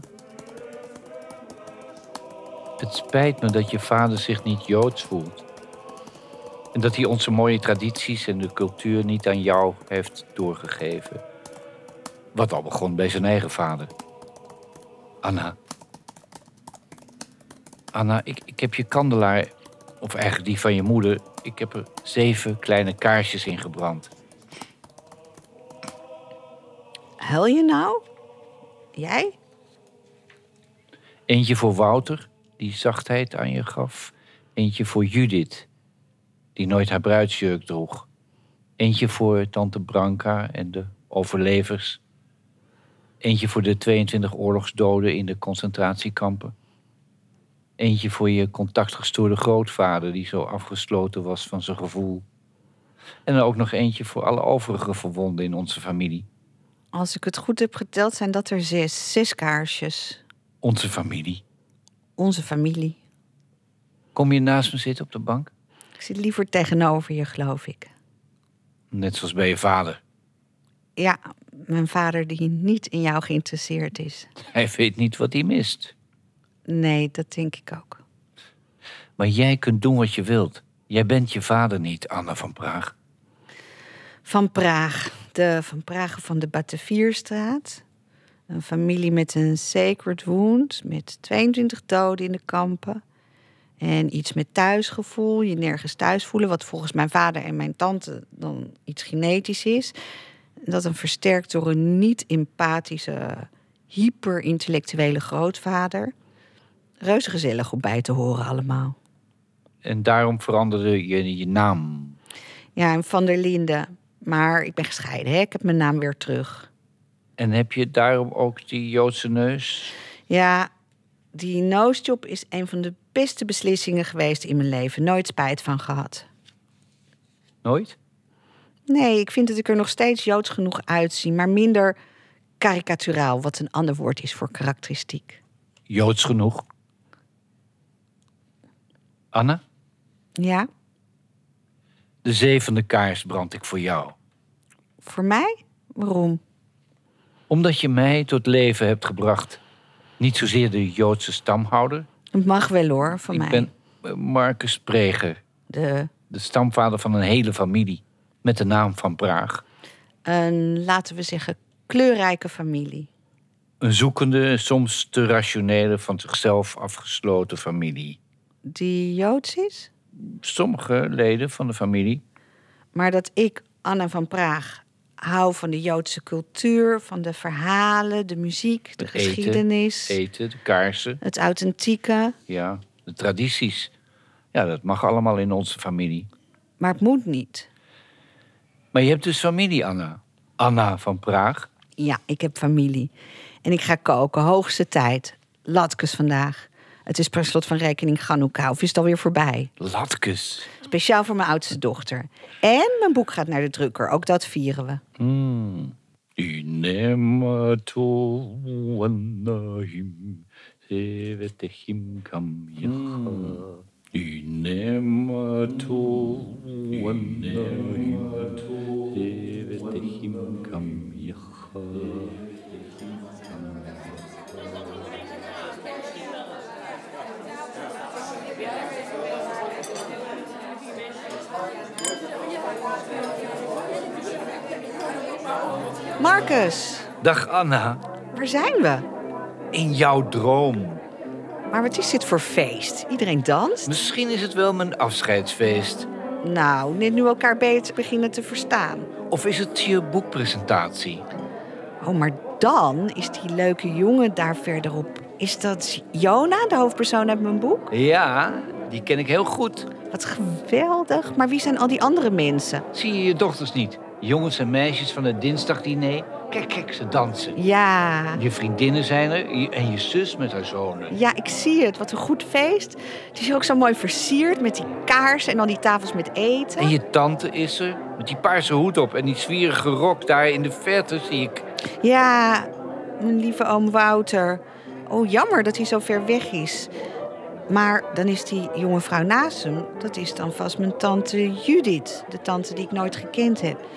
Het spijt me dat je vader zich niet Joods voelt. En dat hij onze mooie tradities en de cultuur niet aan jou heeft doorgegeven. Wat al begon bij zijn eigen vader. Anna. Anna, ik, ik heb je kandelaar, of eigenlijk die van je moeder... ik heb er zeven kleine kaarsjes in gebrand. Huil je nou? Jij? Eentje voor Wouter, die zachtheid aan je gaf. Eentje voor Judith, die nooit haar bruidsjurk droeg. Eentje voor tante Branka en de overlevers. Eentje voor de tweeëntwintig oorlogsdoden in de concentratiekampen. Eentje voor je contactgestoorde grootvader, die zo afgesloten was van zijn gevoel. En dan ook nog eentje voor alle overige verwonden in onze familie. Als ik het goed heb geteld, zijn dat er zes. Zes kaarsjes. Onze familie. Onze familie. Kom je naast me zitten op de bank? Ik zit liever tegenover je, geloof ik. Net zoals bij je vader. Ja, mijn vader die niet in jou geïnteresseerd is. Hij weet niet wat hij mist. Nee, dat denk ik ook. Maar jij kunt doen wat je wilt. Jij bent je vader niet, Anna van Praag. Van Praag. De Van Pragen van de Batavierstraat. Een familie met een sacred wound. Met tweeëntwintig doden in de kampen. En iets met thuisgevoel. Je nergens thuis voelen. Wat volgens mijn vader en mijn tante dan iets genetisch is. Dat een versterkt door een niet-empathische, hyperintellectuele grootvader. Reuze gezellig om bij te horen allemaal. En daarom veranderde je je naam. Ja, en Van der Linden. Maar ik ben gescheiden, hè? Ik heb mijn naam weer terug. En heb je daarom ook die Joodse neus? Ja, die nosejob is een van de beste beslissingen geweest in mijn leven. Nooit spijt van gehad. Nooit? Nee, ik vind dat ik er nog steeds Joods genoeg uitzie. Maar minder karikaturaal, wat een ander woord is voor karakteristiek. Joods genoeg. Anna? Ja? De zevende kaars brand ik voor jou. Voor mij? Waarom? Omdat je mij tot leven hebt gebracht. Niet zozeer de Joodse stamhouder. Het mag wel hoor, van ik mij. ben uh, Marcus Preger. De... De stamvader van een hele familie. Met de naam van Praag. Een, laten we zeggen, kleurrijke familie. Een zoekende, soms te rationele, van zichzelf afgesloten familie. Die Joods is? Sommige leden van de familie. Maar dat ik, Anna van Praag, hou van de Joodse cultuur, van de verhalen, de muziek, de Het geschiedenis. Eten, eten, de kaarsen. Het authentieke. Ja, de tradities. Ja, dat mag allemaal in onze familie. Maar het moet niet. Maar je hebt dus familie, Anna. Anna van Praag. Ja, ik heb familie. En ik ga koken, hoogste tijd. Latkes vandaag. Het is per slot van rekening Chanukka, of is het alweer voorbij? Latkes. Speciaal voor mijn oudste dochter. En mijn boek gaat naar de drukker, ook dat vieren we. Hmm. Inemato anahim sevetechim kam yacha. Inemato anahim sevetechim kam yacha. Marcus, Dag Anna, waar zijn we? in jouw droom. Maar wat is dit voor feest? Iedereen danst? Misschien is het wel mijn afscheidsfeest. Nou, net nu elkaar beter beginnen te verstaan. Of is het je boekpresentatie? Oh, maar dan is die leuke jongen daar verderop. Is dat Jona, de hoofdpersoon uit mijn boek? Ja, die ken ik heel goed. Wat geweldig. Maar wie zijn al die andere mensen? Zie je je dochters niet? Jongens en meisjes van het dinsdagdiner. Kijk, kijk, ze dansen. Ja, Je vriendinnen zijn er je- en je zus met haar zonen. ja, ik zie het. Wat een goed feest. Het is ook zo mooi versierd met die kaarsen en al die tafels met eten. En je tante is er, met die paarse hoed op en die zwierige rok daar in de verte zie ik. Ja, mijn lieve oom Wouter. Oh, jammer dat hij zo ver weg is. Maar dan is die jonge vrouw naast hem, dat is dan vast mijn tante Judith. De tante die ik nooit gekend heb.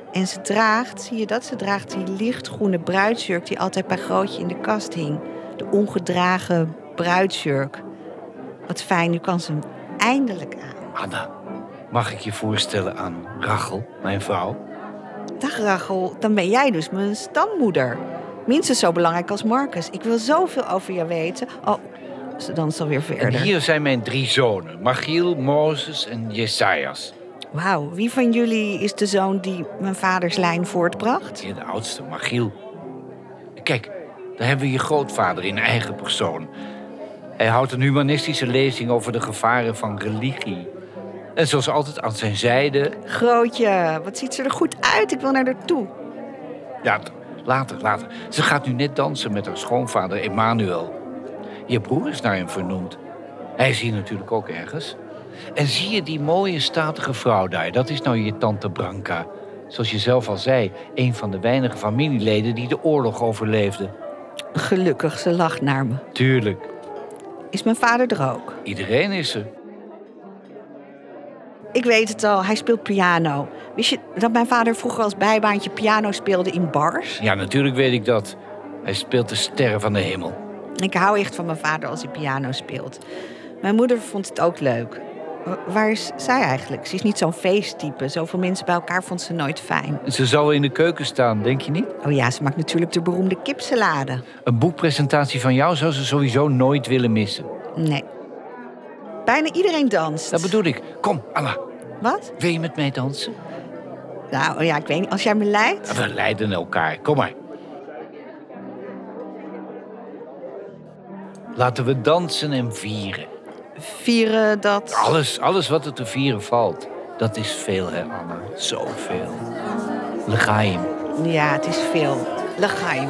En ze draagt, zie je dat? Ze draagt die lichtgroene bruidsjurk die altijd bij Grootje in de kast hing. De ongedragen bruidsjurk. Wat fijn, nu kan ze hem eindelijk aan. Anna, mag ik je voorstellen aan Rachel, mijn vrouw? Dag Rachel, dan ben jij dus mijn stammoeder. Minstens zo belangrijk als Marcus. Ik wil zoveel over je weten. Oh, ze danst alweer verder. En hier zijn mijn drie zonen. Magiel, Mozes en Jesajas. Wauw, wie van jullie is de zoon die mijn vaders lijn voortbracht? Ja, de oudste, Magiel. Kijk, daar hebben we je grootvader in eigen persoon. Hij houdt een humanistische lezing over de gevaren van religie. En zoals altijd aan zijn zijde... Grootje, wat ziet ze er goed uit. Ik wil naar haar toe. Ja, later, later. Ze gaat nu net dansen met haar schoonvader Emmanuel. Je broer is naar hem vernoemd. Hij is hier natuurlijk ook ergens. En zie je die mooie, statige vrouw daar? Dat is nou je tante Branka. Zoals je zelf al zei, een van de weinige familieleden die de oorlog overleefde. Gelukkig, ze lacht naar me. Tuurlijk. Is mijn vader er ook? Iedereen is er. Ik weet het al, hij speelt piano. Wist je dat mijn vader vroeger als bijbaantje piano speelde in bars? Ja, natuurlijk weet ik dat. Hij speelt de sterren van de hemel. Ik hou echt van mijn vader als hij piano speelt. Mijn moeder vond het ook leuk. W- Waar is zij eigenlijk? Ze is niet zo'n feesttype. Zoveel mensen bij elkaar vond ze nooit fijn. En ze zal wel in de keuken staan, denk je niet? Oh ja, ze maakt natuurlijk de beroemde kipsalade. Een boekpresentatie van jou zou ze sowieso nooit willen missen. Nee. Bijna iedereen danst. Dat bedoel ik. Kom, Anna. Wat? Wil je met mij dansen? Nou ja, ik weet niet. Als jij me leidt. We leiden elkaar. Kom maar. Laten we dansen en vieren. Vieren dat... Alles, alles wat er te vieren valt. Dat is veel, hè, Anna. Zoveel. Legaim. Ja, het is veel. Legaim.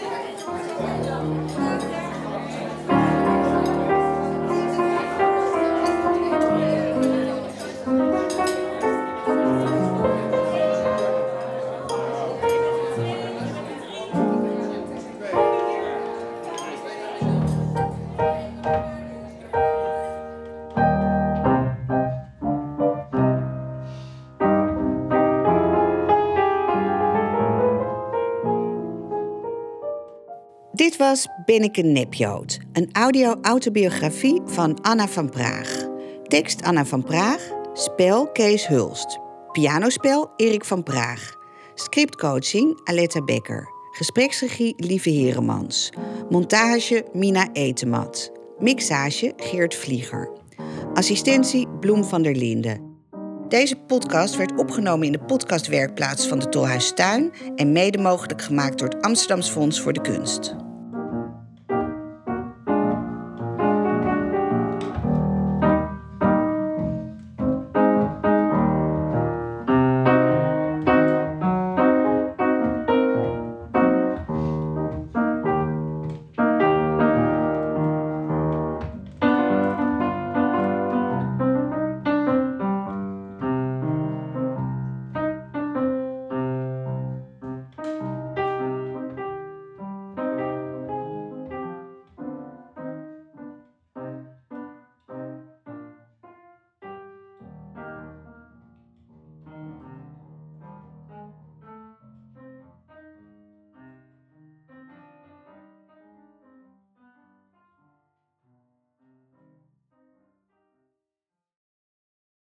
Dit was Ben ik een nepjood, een audio-autobiografie van Anna van Praag. Tekst Anna van Praag, spel Kees Hulst. Pianospel Erik van Praag. Scriptcoaching Aletta Becker. Gespreksregie Lieve Heremans. Montage Mina Etemat. Mixage Geert Vlieger. Assistentie Bloem van der Linden. Deze podcast werd opgenomen in de podcastwerkplaats van de Tolhuistuin en mede mogelijk gemaakt door het Amsterdams Fonds voor de Kunst.